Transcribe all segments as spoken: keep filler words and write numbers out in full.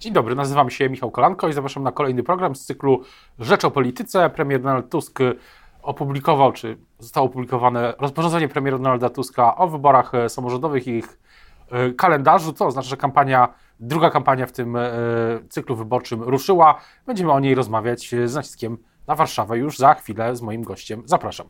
Dzień dobry, nazywam się Michał Kolanko i zapraszam na kolejny program z cyklu Rzecz o Polityce. Premier Donald Tusk opublikował, czy zostało opublikowane rozporządzenie premiera Donalda Tuska o wyborach samorządowych i ich kalendarzu, co oznacza, że kampania, druga kampania w tym cyklu wyborczym ruszyła. Będziemy o niej rozmawiać z naciskiem na Warszawę już za chwilę z moim gościem. Zapraszam.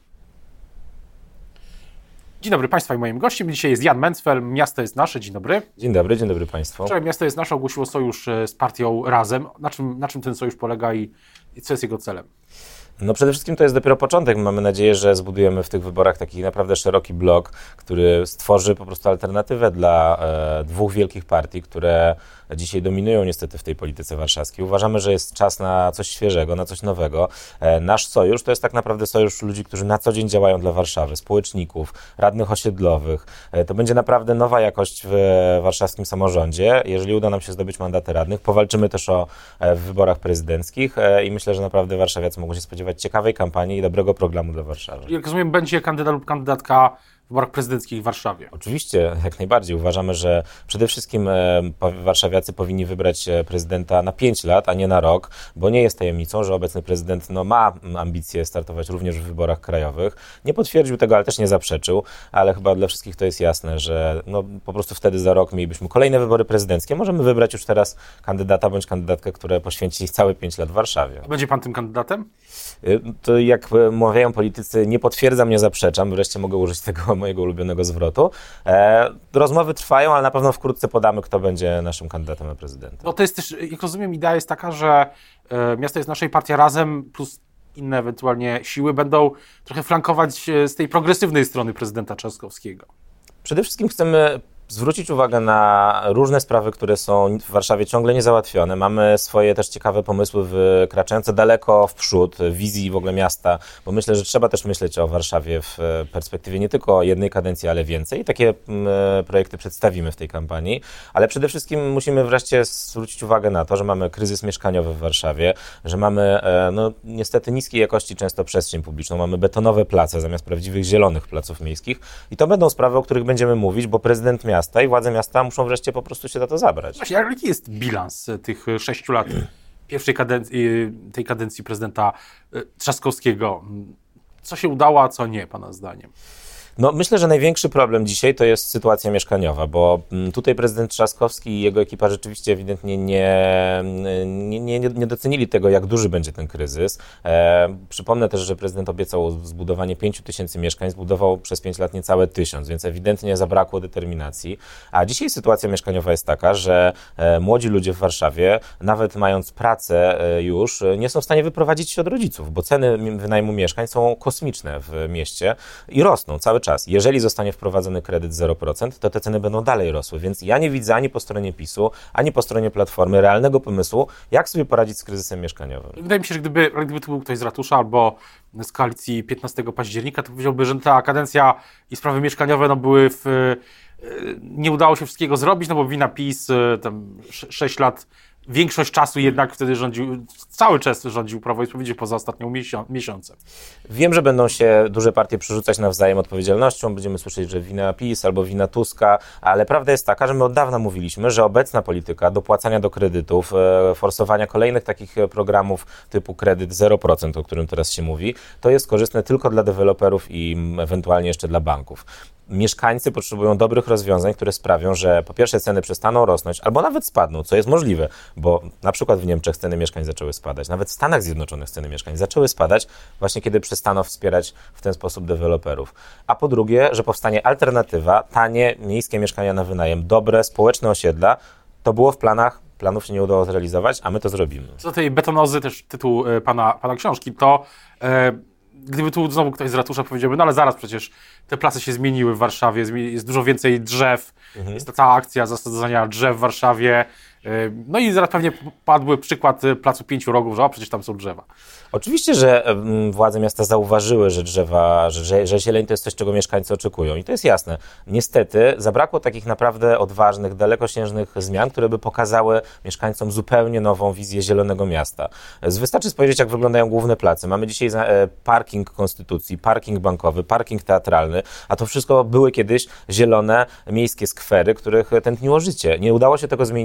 Dzień dobry Państwa i moim gościem dzisiaj jest Jan Mencfel, Miasto jest Nasze. Dzień dobry. Dzień dobry, dzień dobry Państwu. Wczoraj Miasto jest Nasze ogłosiło sojusz z partią Razem. Na czym, na czym ten sojusz polega i, i co jest jego celem? No przede wszystkim to jest dopiero początek. Mamy nadzieję, że zbudujemy w tych wyborach taki naprawdę szeroki blok, który stworzy po prostu alternatywę dla e, dwóch wielkich partii, które dzisiaj dominują niestety w tej polityce warszawskiej. Uważamy, że jest czas na coś świeżego, na coś nowego. E, nasz sojusz to jest tak naprawdę sojusz ludzi, którzy na co dzień działają dla Warszawy, społeczników, radnych osiedlowych. E, to będzie naprawdę nowa jakość w warszawskim samorządzie. Jeżeli uda nam się zdobyć mandaty radnych, powalczymy też o e, w wyborach prezydenckich e, i myślę, że naprawdę warszawiacy mogą się spodziewać ciekawej kampanii i dobrego programu dla Warszawy. Jak rozumiem, będzie kandydat lub kandydatka w wyborach prezydenckich w Warszawie. Oczywiście, jak najbardziej. Uważamy, że przede wszystkim e, warszawiacy powinni wybrać prezydenta na pięć lat, a nie na rok, bo nie jest tajemnicą, że obecny prezydent no, ma ambicje startować również w wyborach krajowych. Nie potwierdził tego, ale też nie zaprzeczył, ale chyba dla wszystkich to jest jasne, że no, po prostu wtedy za rok mielibyśmy kolejne wybory prezydenckie. Możemy wybrać już teraz kandydata bądź kandydatkę, które poświęci całe pięć lat w Warszawie. A będzie pan tym kandydatem? To jak mawiają politycy, nie potwierdzam, nie zaprzeczam. Wreszcie mogę użyć tego mojego ulubionego zwrotu. E, rozmowy trwają, ale na pewno wkrótce podamy, kto będzie naszym kandydatem na prezydenta. No to jest też, jak rozumiem, idea jest taka, że e, Miasto jest Nasze i Partia Razem plus inne ewentualnie siły będą trochę flankować z tej progresywnej strony prezydenta Trzaskowskiego. Przede wszystkim chcemy zwrócić uwagę na różne sprawy, które są w Warszawie ciągle niezałatwione. Mamy swoje też ciekawe pomysły wykraczające daleko w przód wizji w ogóle miasta, bo myślę, że trzeba też myśleć o Warszawie w perspektywie nie tylko jednej kadencji, ale więcej. I takie projekty przedstawimy w tej kampanii, ale przede wszystkim musimy wreszcie zwrócić uwagę na to, że mamy kryzys mieszkaniowy w Warszawie, że mamy no, niestety niskiej jakości często przestrzeń publiczną, mamy betonowe place zamiast prawdziwych zielonych placów miejskich i to będą sprawy, o których będziemy mówić, bo prezydent miasta i władze miasta muszą wreszcie po prostu się za to zabrać. Właśnie, jaki jest bilans tych sześciu lat pierwszej kadencji, tej kadencji prezydenta Trzaskowskiego? Co się udało, a co nie, pana zdaniem? No, myślę, że największy problem dzisiaj to jest sytuacja mieszkaniowa, bo tutaj prezydent Trzaskowski i jego ekipa rzeczywiście ewidentnie nie, nie, nie, nie docenili tego, jak duży będzie ten kryzys. E, przypomnę też, że prezydent obiecał zbudowanie pięciu tysięcy mieszkań, zbudował przez pięć lat niecałe tysiąc, więc ewidentnie zabrakło determinacji. A dzisiaj sytuacja mieszkaniowa jest taka, że e, młodzi ludzie w Warszawie, nawet mając pracę e, już, nie są w stanie wyprowadzić się od rodziców, bo ceny wynajmu mieszkań są kosmiczne w mieście i rosną cały czas. Jeżeli zostanie wprowadzony kredyt zero procent, to te ceny będą dalej rosły, więc ja nie widzę ani po stronie PiSu, ani po stronie Platformy realnego pomysłu, jak sobie poradzić z kryzysem mieszkaniowym. Wydaje mi się, że gdyby, gdyby tu był ktoś z ratusza albo z koalicji piętnastego października, to powiedziałby, że ta kadencja i sprawy mieszkaniowe no, były w... nie udało się wszystkiego zrobić, no bo wina PiS, tam sześć lat, większość czasu jednak wtedy rządził, cały czas rządził Prawo i Sprawiedliwość poza ostatnią miesią- miesiącem. Wiem, że będą się duże partie przerzucać nawzajem odpowiedzialnością, będziemy słyszeć, że wina PiS albo wina Tuska, ale prawda jest taka, że my od dawna mówiliśmy, że obecna polityka dopłacania do kredytów, e, forsowania kolejnych takich programów typu kredyt zero procent, o którym teraz się mówi, to jest korzystne tylko dla deweloperów i ewentualnie jeszcze dla banków. Mieszkańcy potrzebują dobrych rozwiązań, które sprawią, że po pierwsze ceny przestaną rosnąć, albo nawet spadną, co jest możliwe, bo na przykład w Niemczech ceny mieszkań zaczęły spadać, nawet w Stanach Zjednoczonych ceny mieszkań zaczęły spadać właśnie kiedy przestano wspierać w ten sposób deweloperów. A po drugie, że powstanie alternatywa, tanie, miejskie mieszkania na wynajem, dobre, społeczne osiedla, to było w planach, planów się nie udało zrealizować, a my to zrobimy. Co do tej betonozy, też tytuł y, pana, pana książki, to... Y, Gdyby tu znowu ktoś z ratusza powiedziałby, no ale zaraz przecież te place się zmieniły w Warszawie, jest dużo więcej drzew, mhm. jest ta cała akcja zasadzania drzew w Warszawie, no i zaraz pewnie padły przykład Placu Pięciu Rogów, że o, przecież tam są drzewa. Oczywiście, że władze miasta zauważyły, że drzewa, że, że zieleń to jest coś, czego mieszkańcy oczekują i to jest jasne. Niestety zabrakło takich naprawdę odważnych, dalekosiężnych zmian, które by pokazały mieszkańcom zupełnie nową wizję zielonego miasta. Wystarczy spojrzeć, jak wyglądają główne place. Mamy dzisiaj parking Konstytucji, parking bankowy, parking teatralny, a to wszystko były kiedyś zielone, miejskie skwery, których tętniło życie. Nie udało się tego zmienić przez pięć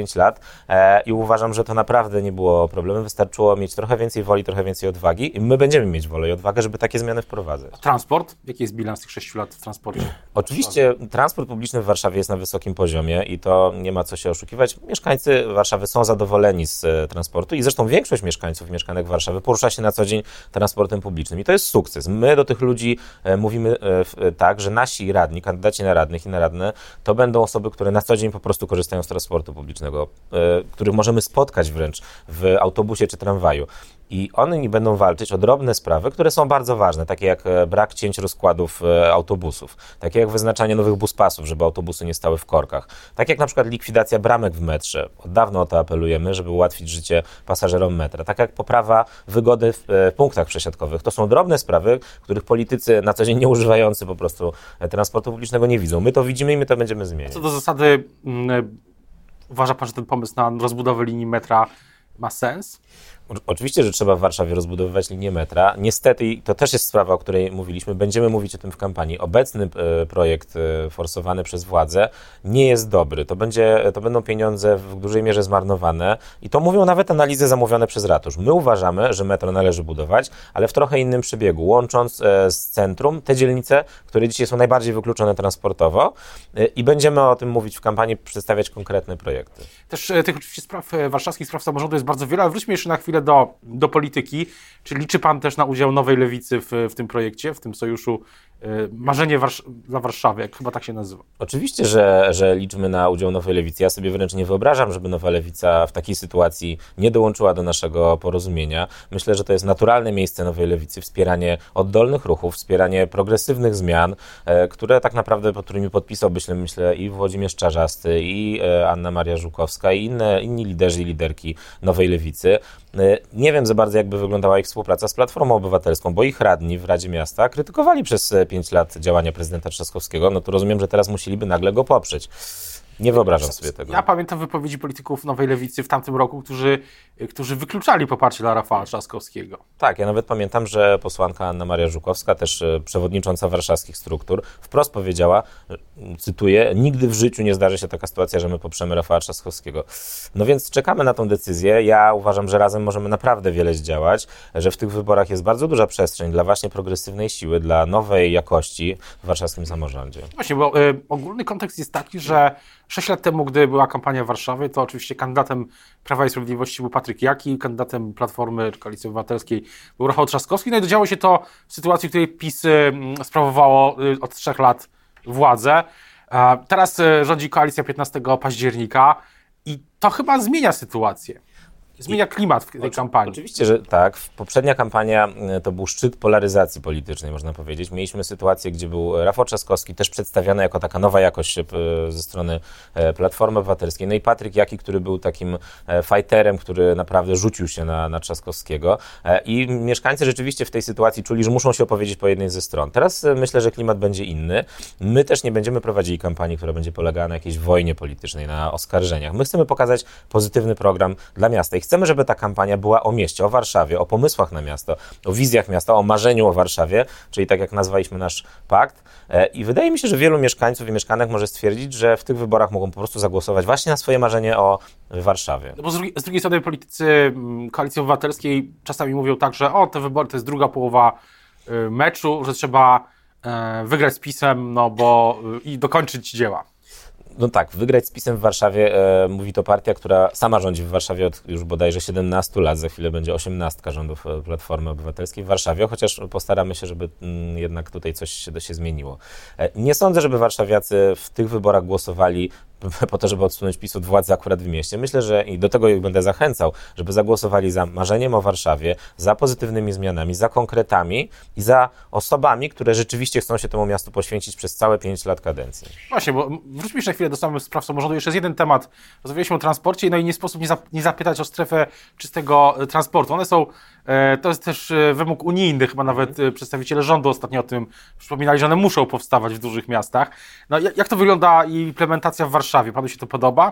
pięć lat e, i uważam, że to naprawdę nie było problemem. Wystarczyło mieć trochę więcej woli, trochę więcej odwagi i my będziemy mieć wolę i odwagę, żeby takie zmiany wprowadzać. Transport? Jaki jest bilans tych sześciu lat w transporcie? Oczywiście transport publiczny w Warszawie jest na wysokim poziomie i to nie ma co się oszukiwać. Mieszkańcy Warszawy są zadowoleni z e, transportu i zresztą większość mieszkańców i mieszkanek Warszawy porusza się na co dzień transportem publicznym i to jest sukces. My do tych ludzi e, mówimy e, tak, że nasi radni, kandydaci na radnych i na radne, to będą osoby, które na co dzień po prostu korzystają z transportu publicznego, e, których możemy spotkać wręcz w autobusie czy tramwaju. I oni będą walczyć o drobne sprawy, które są bardzo ważne, takie jak brak cięć rozkładów autobusów, takie jak wyznaczanie nowych buspasów, żeby autobusy nie stały w korkach, tak jak na przykład likwidacja bramek w metrze. Od dawna o to apelujemy, żeby ułatwić życie pasażerom metra, tak jak poprawa wygody w punktach przesiadkowych. To są drobne sprawy, których politycy na co dzień nie używający po prostu transportu publicznego nie widzą. My to widzimy i my to będziemy zmieniać. Co do zasady, mm, uważa pan, że ten pomysł na rozbudowę linii metra ma sens? Oczywiście, że trzeba w Warszawie rozbudowywać linię metra. Niestety, to też jest sprawa, o której mówiliśmy, będziemy mówić o tym w kampanii. Obecny e, projekt e, forsowany przez władzę nie jest dobry. To, będzie, to będą pieniądze w dużej mierze zmarnowane i to mówią nawet analizy zamówione przez ratusz. My uważamy, że metro należy budować, ale w trochę innym przebiegu, łącząc e, z centrum te dzielnice, które dzisiaj są najbardziej wykluczone transportowo e, i będziemy o tym mówić w kampanii, przedstawiać konkretne projekty. Też e, tych oczywiście spraw, e, warszawskich spraw samorządu jest bardzo wiele, ale wróćmy jeszcze na chwilę Do, do polityki. Czy liczy pan też na udział Nowej Lewicy w, w tym projekcie, w tym sojuszu y, Marzenie Warsz- dla Warszawy, jak chyba tak się nazywa? Oczywiście, że, że liczymy na udział Nowej Lewicy. Ja sobie wręcz nie wyobrażam, żeby Nowa Lewica w takiej sytuacji nie dołączyła do naszego porozumienia. Myślę, że to jest naturalne miejsce Nowej Lewicy, wspieranie oddolnych ruchów, wspieranie progresywnych zmian, e, które tak naprawdę, pod którymi podpisałby się, myślę, i Włodzimierz Czarzasty, i e, Anna Maria Żukowska, i inne, inni liderzy i liderki Nowej Lewicy. Nie wiem za bardzo, jakby wyglądała ich współpraca z Platformą Obywatelską, bo ich radni w Radzie Miasta krytykowali przez pięć lat działania prezydenta Trzaskowskiego, no to rozumiem, że teraz musieliby nagle go poprzeć. Nie wyobrażam sobie tego. Ja pamiętam wypowiedzi polityków Nowej Lewicy w tamtym roku, którzy, którzy wykluczali poparcie dla Rafała Trzaskowskiego. Tak, ja nawet pamiętam, że posłanka Anna Maria Żukowska, też przewodnicząca warszawskich struktur, wprost powiedziała, cytuję, nigdy w życiu nie zdarzy się taka sytuacja, że my poprzemy Rafała Trzaskowskiego. No więc czekamy na tą decyzję. Ja uważam, że razem możemy naprawdę wiele zdziałać, że w tych wyborach jest bardzo duża przestrzeń dla właśnie progresywnej siły, dla nowej jakości w warszawskim samorządzie. Właśnie, bo y, ogólny kontekst jest taki, że sześć lat temu, gdy była kampania w Warszawie, to oczywiście kandydatem Prawa i Sprawiedliwości był Patryk Jaki, kandydatem Platformy czy Koalicji Obywatelskiej był Rafał Trzaskowski. No i dodziało się to w sytuacji, w której PiS y, sprawowało y, od trzech lat władzę. A teraz y, rządzi koalicja piętnastego października i to chyba zmienia sytuację. Zmienia klimat w tej Oczy, kampanii. Oczywiście, że tak. Poprzednia kampania to był szczyt polaryzacji politycznej, można powiedzieć. Mieliśmy sytuację, gdzie był Rafał Trzaskowski, też przedstawiany jako taka nowa jakość ze strony Platformy Obywatelskiej. No i Patryk Jaki, który był takim fajterem, który naprawdę rzucił się na, na Trzaskowskiego. I mieszkańcy rzeczywiście w tej sytuacji czuli, że muszą się opowiedzieć po jednej ze stron. Teraz myślę, że klimat będzie inny. My też nie będziemy prowadzili kampanii, która będzie polegała na jakiejś wojnie politycznej, na oskarżeniach. My chcemy pokazać pozytywny program dla miasta i chcemy, żeby ta kampania była o mieście, o Warszawie, o pomysłach na miasto, o wizjach miasta, o marzeniu o Warszawie, czyli tak jak nazwaliśmy nasz pakt. I wydaje mi się, że wielu mieszkańców i mieszkanek może stwierdzić, że w tych wyborach mogą po prostu zagłosować właśnie na swoje marzenie o Warszawie. No bo z drugiej, z drugiej strony politycy Koalicji Obywatelskiej czasami mówią tak, że o, te wybory to jest druga połowa meczu, że trzeba wygrać z PiS-em, no bo i dokończyć dzieła. No tak, wygrać z PiS-em w Warszawie, e, mówi to partia, która sama rządzi w Warszawie od już bodajże siedemnastu lat, za chwilę będzie osiemnastka rządów Platformy Obywatelskiej w Warszawie, chociaż postaramy się, żeby mm, jednak tutaj coś się, się zmieniło. E, nie sądzę, żeby warszawiacy w tych wyborach głosowali po to, żeby odsunąć PiS od władzy akurat w mieście. Myślę, że i do tego ich będę zachęcał, żeby zagłosowali za marzeniem o Warszawie, za pozytywnymi zmianami, za konkretami i za osobami, które rzeczywiście chcą się temu miastu poświęcić przez całe pięć lat kadencji. Właśnie, bo wróćmy jeszcze na chwilę do samych spraw samorządu. Jeszcze jest jeden temat. Rozmawialiśmy o transporcie, no i nie sposób nie, zap- nie zapytać o strefę czystego transportu. One są, e, to jest też wymóg unijny, chyba nawet e, przedstawiciele rządu ostatnio o tym przypominali, że one muszą powstawać w dużych miastach. No jak, jak to wygląda i implementacja w Warszawie? Panu się to podoba?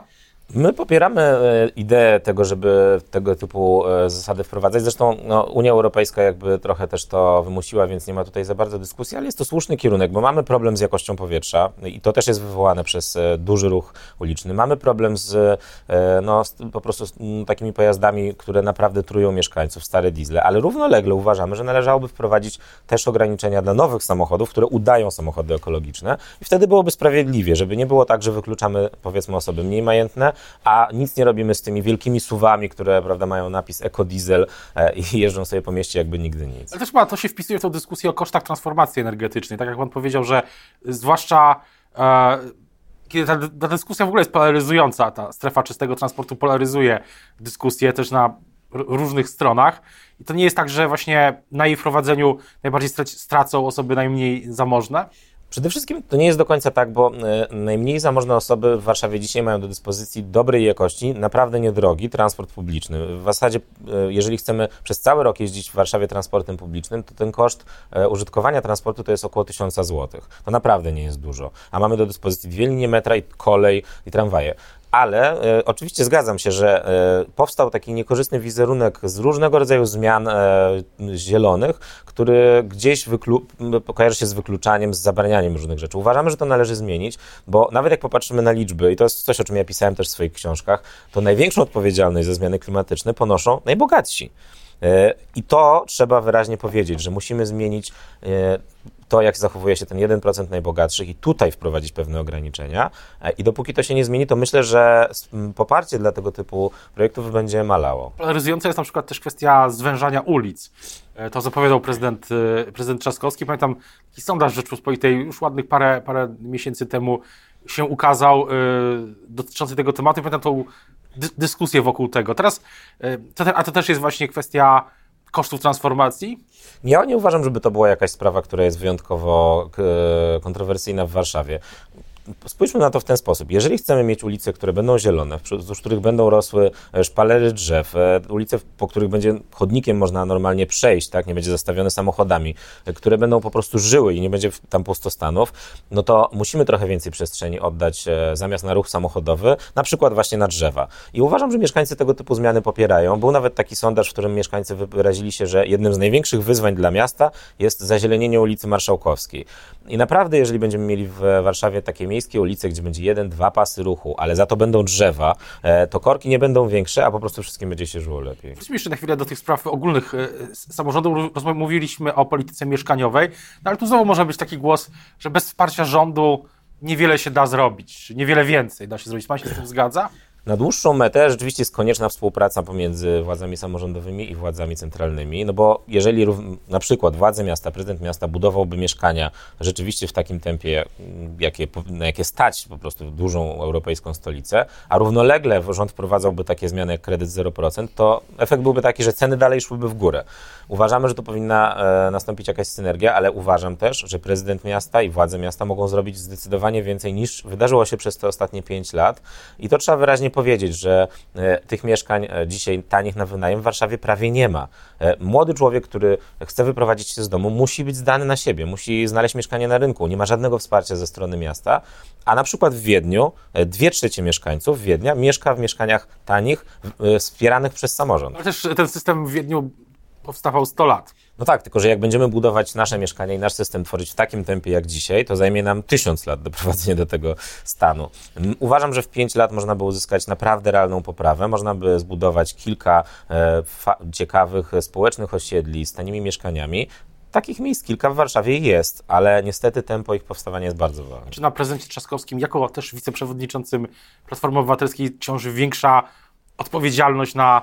My popieramy ideę tego, żeby tego typu zasady wprowadzać. Zresztą no, Unia Europejska jakby trochę też to wymusiła, więc nie ma tutaj za bardzo dyskusji, ale jest to słuszny kierunek, bo mamy problem z jakością powietrza i to też jest wywołane przez duży ruch uliczny. Mamy problem z, no, z po prostu z takimi pojazdami, które naprawdę trują mieszkańców, stare diesle, ale równolegle uważamy, że należałoby wprowadzić też ograniczenia dla nowych samochodów, które udają samochody ekologiczne i wtedy byłoby sprawiedliwie, żeby nie było tak, że wykluczamy powiedzmy osoby mniej majętne, a nic nie robimy z tymi wielkimi suwami, które, prawda, mają napis ekodiesel e, i jeżdżą sobie po mieście jakby nigdy nic. Ale też ma, to się wpisuje w tę dyskusję o kosztach transformacji energetycznej. Tak jak pan powiedział, że zwłaszcza e, kiedy ta, ta dyskusja w ogóle jest polaryzująca, ta strefa czystego transportu polaryzuje dyskusję też na r- różnych stronach i to nie jest tak, że właśnie na jej wprowadzeniu najbardziej strac- stracą osoby najmniej zamożne. Przede wszystkim to nie jest do końca tak, bo y, najmniej zamożne osoby w Warszawie dzisiaj mają do dyspozycji dobrej jakości, naprawdę niedrogi transport publiczny. W zasadzie, y, jeżeli chcemy przez cały rok jeździć w Warszawie transportem publicznym, to ten koszt y, użytkowania transportu to jest około tysiąc złotych. To naprawdę nie jest dużo. A mamy do dyspozycji dwie linie metra i kolej i tramwaje. Ale e, oczywiście zgadzam się, że e, powstał taki niekorzystny wizerunek z różnego rodzaju zmian e, zielonych, który gdzieś wyklu- kojarzy się z wykluczaniem, z zabranianiem różnych rzeczy. Uważamy, że to należy zmienić, bo nawet jak popatrzymy na liczby, i to jest coś, o czym ja pisałem też w swoich książkach, to największą odpowiedzialność za zmiany klimatyczne ponoszą najbogatsi. E, I to trzeba wyraźnie powiedzieć, że musimy zmienić e, to, jak zachowuje się ten jeden procent najbogatszych i tutaj wprowadzić pewne ograniczenia. I dopóki to się nie zmieni, to myślę, że poparcie dla tego typu projektów będzie malało. Polaryzująca jest na przykład też kwestia zwężania ulic. To zapowiadał prezydent, prezydent Trzaskowski. Pamiętam taki sondaż Rzeczpospolitej już ładnych parę, parę miesięcy temu się ukazał dotyczący tego tematu. Pamiętam tą dy- dyskusję wokół tego. Teraz, to, a to też jest właśnie kwestia kosztów transformacji? Ja nie uważam, żeby to była jakaś sprawa, która jest wyjątkowo kontrowersyjna w Warszawie. Spójrzmy na to w ten sposób. Jeżeli chcemy mieć ulice, które będą zielone, wzdłuż których będą rosły szpalery drzew, ulice, po których będzie chodnikiem można normalnie przejść, tak, nie będzie zastawione samochodami, które będą po prostu żyły i nie będzie tam pustostanów, no to musimy trochę więcej przestrzeni oddać zamiast na ruch samochodowy, na przykład właśnie na drzewa. I uważam, że mieszkańcy tego typu zmiany popierają. Był nawet taki sondaż, w którym mieszkańcy wyrazili się, że jednym z największych wyzwań dla miasta jest zazielenienie ulicy Marszałkowskiej. I naprawdę, jeżeli będziemy mieli w Warszawie takie miejskie ulice, gdzie będzie jeden, dwa pasy ruchu, ale za to będą drzewa, to korki nie będą większe, a po prostu wszystkim będzie się żyło lepiej. Wróćmy jeszcze na chwilę do tych spraw ogólnych samorządów. Mówiliśmy o polityce mieszkaniowej, no ale tu znowu może być taki głos, że bez wsparcia rządu niewiele się da zrobić, niewiele więcej da się zrobić. Pan się z tym zgadza? Na dłuższą metę rzeczywiście jest konieczna współpraca pomiędzy władzami samorządowymi i władzami centralnymi, no bo jeżeli na przykład władze miasta, prezydent miasta budowałby mieszkania rzeczywiście w takim tempie, jakie, na jakie stać po prostu dużą europejską stolicę, a równolegle rząd wprowadzałby takie zmiany jak kredyt zero procent, to efekt byłby taki, że ceny dalej szłyby w górę. Uważamy, że tu powinna e, nastąpić jakaś synergia, ale uważam też, że prezydent miasta i władze miasta mogą zrobić zdecydowanie więcej niż wydarzyło się przez te ostatnie pięć lat i to trzeba wyraźnie powiedzieć, że e, tych mieszkań e, dzisiaj tanich na wynajem w Warszawie prawie nie ma. E, młody człowiek, który chce wyprowadzić się z domu, musi być zdany na siebie, musi znaleźć mieszkanie na rynku, nie ma żadnego wsparcia ze strony miasta, a na przykład w Wiedniu e, dwie trzecie mieszkańców Wiednia mieszka w mieszkaniach tanich, e, wspieranych przez samorząd. Ale też ten system w Wiedniu powstawał sto lat. No tak, tylko że jak będziemy budować nasze mieszkania i nasz system tworzyć w takim tempie jak dzisiaj, to zajmie nam tysiąc lat doprowadzenie do tego stanu. Uważam, że w pięć lat można by uzyskać naprawdę realną poprawę. Można by zbudować kilka e, fa- ciekawych społecznych osiedli z tanimi mieszkaniami. Takich miejsc kilka w Warszawie jest, ale niestety tempo ich powstawania jest bardzo wolne. Czy na prezydencie Trzaskowskim, jako też wiceprzewodniczącym Platformy Obywatelskiej, ciąży większa odpowiedzialność na,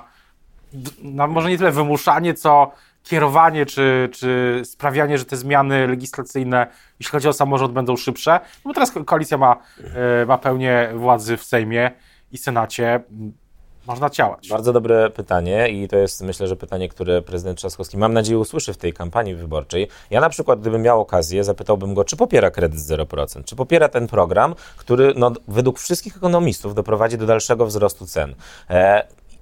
na może nie tyle wymuszanie, co kierowanie, czy, czy sprawianie, że te zmiany legislacyjne, jeśli chodzi o samorząd, będą szybsze? No bo teraz koalicja ma, ma pełnię władzy w Sejmie i Senacie. Można działać. Bardzo dobre pytanie i to jest, myślę, że pytanie, które prezydent Trzaskowski, mam nadzieję, usłyszy w tej kampanii wyborczej. Ja na przykład, gdybym miał okazję, zapytałbym go, czy popiera kredyt zero procent, czy popiera ten program, który no, według wszystkich ekonomistów doprowadzi do dalszego wzrostu cen. E,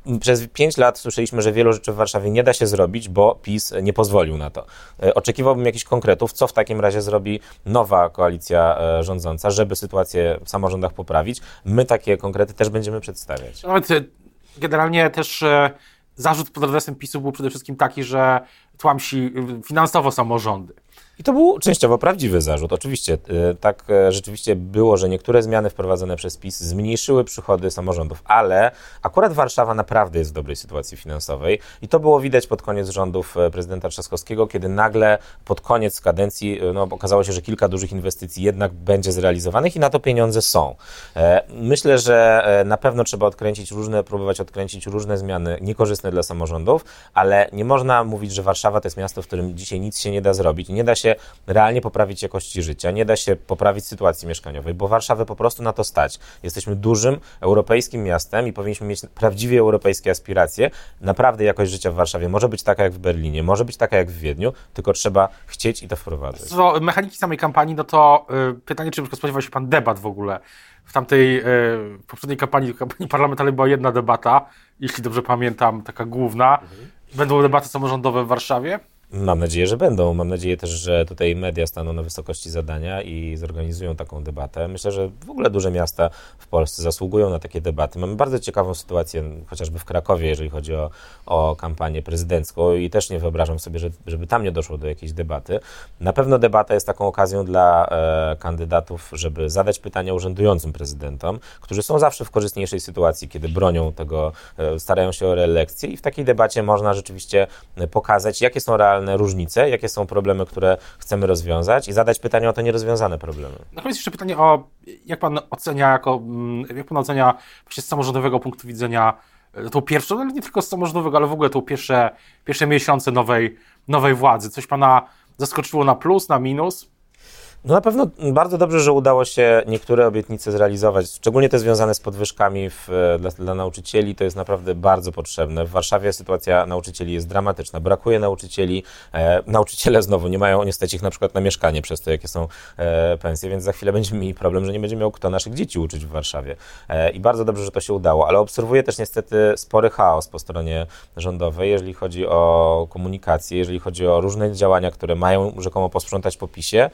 Przez pięć lat słyszeliśmy, że wielu rzeczy w Warszawie nie da się zrobić, bo PiS nie pozwolił na to. Oczekiwałbym jakichś konkretów, co w takim razie zrobi nowa koalicja rządząca, żeby sytuację w samorządach poprawić. My takie konkrety też będziemy przedstawiać. Nawet generalnie też zarzut pod adresem PiSu był przede wszystkim taki, że tłamsi finansowo samorządy. I to był częściowo prawdziwy zarzut. Oczywiście tak rzeczywiście było, że niektóre zmiany wprowadzone przez PiS zmniejszyły przychody samorządów, ale akurat Warszawa naprawdę jest w dobrej sytuacji finansowej i to było widać pod koniec rządów prezydenta Trzaskowskiego, kiedy nagle pod koniec kadencji no, okazało się, że kilka dużych inwestycji jednak będzie zrealizowanych i na to pieniądze są. Myślę, że na pewno trzeba odkręcić różne, próbować odkręcić różne zmiany niekorzystne dla samorządów, ale nie można mówić, że Warszawa to jest miasto, w którym dzisiaj nic się nie da zrobić. Nie da się realnie poprawić jakości życia, nie da się poprawić sytuacji mieszkaniowej, bo Warszawę po prostu na to stać. Jesteśmy dużym europejskim miastem i powinniśmy mieć prawdziwie europejskie aspiracje. Naprawdę jakość życia w Warszawie może być taka jak w Berlinie, może być taka jak w Wiedniu, tylko trzeba chcieć i to wprowadzać. Co do mechaniki samej kampanii, no to y, pytanie, czy spodziewał się pan debat w ogóle? W tamtej y, poprzedniej kampanii, kampanii parlamentarnej była jedna debata, jeśli dobrze pamiętam, taka główna. Mhm. Będą debaty samorządowe w Warszawie? Mam nadzieję, że będą. Mam nadzieję też, że tutaj media staną na wysokości zadania i zorganizują taką debatę. Myślę, że w ogóle duże miasta w Polsce zasługują na takie debaty. Mamy bardzo ciekawą sytuację, chociażby w Krakowie, jeżeli chodzi o, o kampanię prezydencką i też nie wyobrażam sobie, że, żeby tam nie doszło do jakiejś debaty. Na pewno debata jest taką okazją dla e, kandydatów, żeby zadać pytania urzędującym prezydentom, którzy są zawsze w korzystniejszej sytuacji, kiedy bronią tego, e, starają się o reelekcję i w takiej debacie można rzeczywiście pokazać, jakie są realne różnice, jakie są problemy, które chcemy rozwiązać i zadać pytanie o te nierozwiązane problemy. Na koniec jeszcze pytanie o, jak pan ocenia, jako, jak pan ocenia właśnie z samorządowego punktu widzenia tą pierwszą, ale nie tylko z samorządowego, ale w ogóle tą pierwsze, pierwsze miesiące nowej, nowej władzy. Coś pana zaskoczyło na plus, na minus? No na pewno bardzo dobrze, że udało się niektóre obietnice zrealizować, szczególnie te związane z podwyżkami w, dla, dla nauczycieli. To jest naprawdę bardzo potrzebne. W Warszawie sytuacja nauczycieli jest dramatyczna. Brakuje nauczycieli. E, nauczyciele znowu nie mają, nie stać ich na przykład na mieszkanie przez to, jakie są e, pensje, więc za chwilę będziemy mieli problem, że nie będzie miał kto naszych dzieci uczyć w Warszawie. E, I bardzo dobrze, że to się udało, ale obserwuję też niestety spory chaos po stronie rządowej, jeżeli chodzi o komunikację, jeżeli chodzi o różne działania, które mają rzekomo posprzątać po PiSie.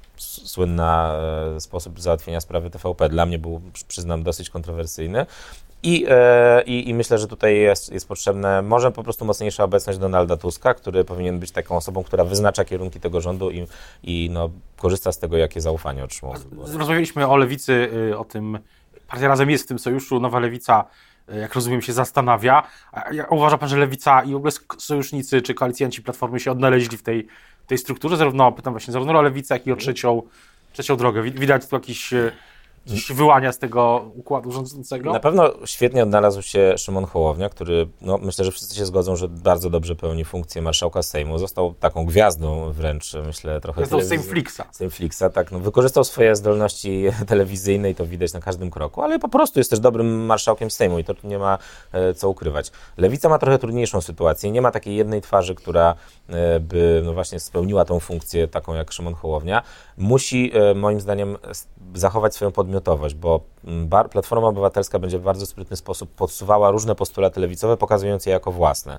Słynna e, sposób załatwienia sprawy T V P dla mnie był, przyznam, dosyć kontrowersyjny. I, e, i, I myślę, że tutaj jest, jest potrzebna może po prostu mocniejsza obecność Donalda Tuska, który powinien być taką osobą, która wyznacza kierunki tego rządu i, i no, korzysta z tego, jakie zaufanie otrzymał. Rozmawialiśmy o Lewicy, o tym, partia Razem jest w tym sojuszu, Nowa Lewica, jak rozumiem, się zastanawia. A uważa pan, że Lewica i w ogóle sojusznicy czy koalicjanci Platformy się odnaleźli w tej, tej strukturze? Zarówno, pytam właśnie, zarówno o Lewicę, jak i o trzecią, trzecią drogę. Widać tu jakiś coś wyłania z tego układu rządzącego? Na pewno świetnie odnalazł się Szymon Hołownia, który, no, myślę, że wszyscy się zgodzą, że bardzo dobrze pełni funkcję marszałka Sejmu. Został taką gwiazdą wręcz, myślę, trochę... Gwiazdą Sejmflixa. Sejmflixa, tak. No, wykorzystał swoje zdolności telewizyjne i to widać na każdym kroku, ale po prostu jest też dobrym marszałkiem Sejmu i to tu nie ma e, co ukrywać. Lewica ma trochę trudniejszą sytuację. Nie ma takiej jednej twarzy, która e, by no właśnie spełniła tą funkcję, taką jak Szymon Hołownia. Musi, e, moim zdaniem, zachować swoją podmiotowość, bo Platforma Obywatelska będzie w bardzo sprytny sposób podsuwała różne postulaty lewicowe, pokazując je jako własne.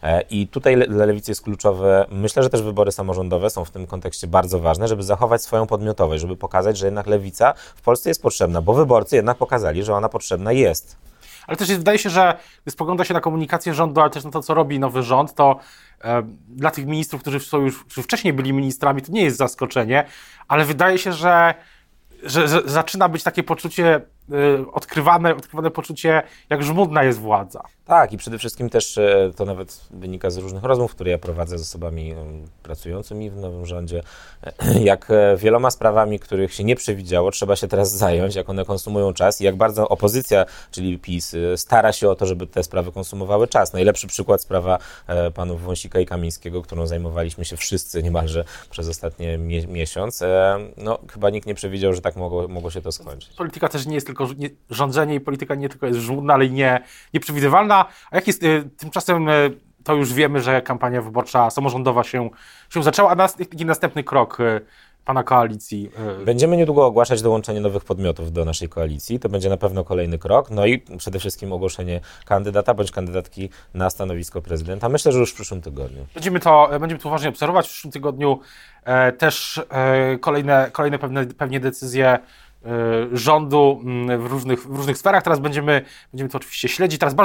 I tutaj dla Lewicy jest kluczowe, myślę, że też wybory samorządowe są w tym kontekście bardzo ważne, żeby zachować swoją podmiotowość, żeby pokazać, że jednak Lewica w Polsce jest potrzebna, bo wyborcy jednak pokazali, że ona potrzebna jest. Ale też jest, wydaje się, że gdy spogląda się na komunikację rządu, ale też na to, co robi nowy rząd, to e, dla tych ministrów, którzy są już którzy wcześniej byli ministrami, to nie jest zaskoczenie, ale wydaje się, że Że, że zaczyna być takie poczucie, y, odkrywane, odkrywane poczucie, jak żmudna jest władza. Tak, i przede wszystkim też to nawet wynika z różnych rozmów, które ja prowadzę z osobami pracującymi w nowym rządzie, jak wieloma sprawami, których się nie przewidziało, trzeba się teraz zająć, jak one konsumują czas i jak bardzo opozycja, czyli PiS, stara się o to, żeby te sprawy konsumowały czas. Najlepszy przykład sprawa panów Wąsika i Kamińskiego, którą zajmowaliśmy się wszyscy niemalże przez ostatni mie- miesiąc. No, chyba nikt nie przewidział, że tak mogło, mogło się to skończyć. Polityka też nie jest tylko, nie, rządzenie i polityka nie tylko jest żmudna, ale i nie, nieprzewidywalna. A jak jest, y, tymczasem y, to już wiemy, że kampania wyborcza samorządowa się, się zaczęła, a nas, jaki następny krok y, pana koalicji. Będziemy niedługo ogłaszać dołączenie nowych podmiotów do naszej koalicji. To będzie na pewno kolejny krok. No i przede wszystkim ogłoszenie kandydata bądź kandydatki na stanowisko prezydenta. Myślę, że już w przyszłym tygodniu. Będziemy to, będziemy to uważnie obserwować. W przyszłym tygodniu e, też e, kolejne, kolejne pewne, pewnie decyzje e, rządu m, w różnych, w różnych sferach. Teraz będziemy, będziemy to oczywiście śledzić. Teraz bardzo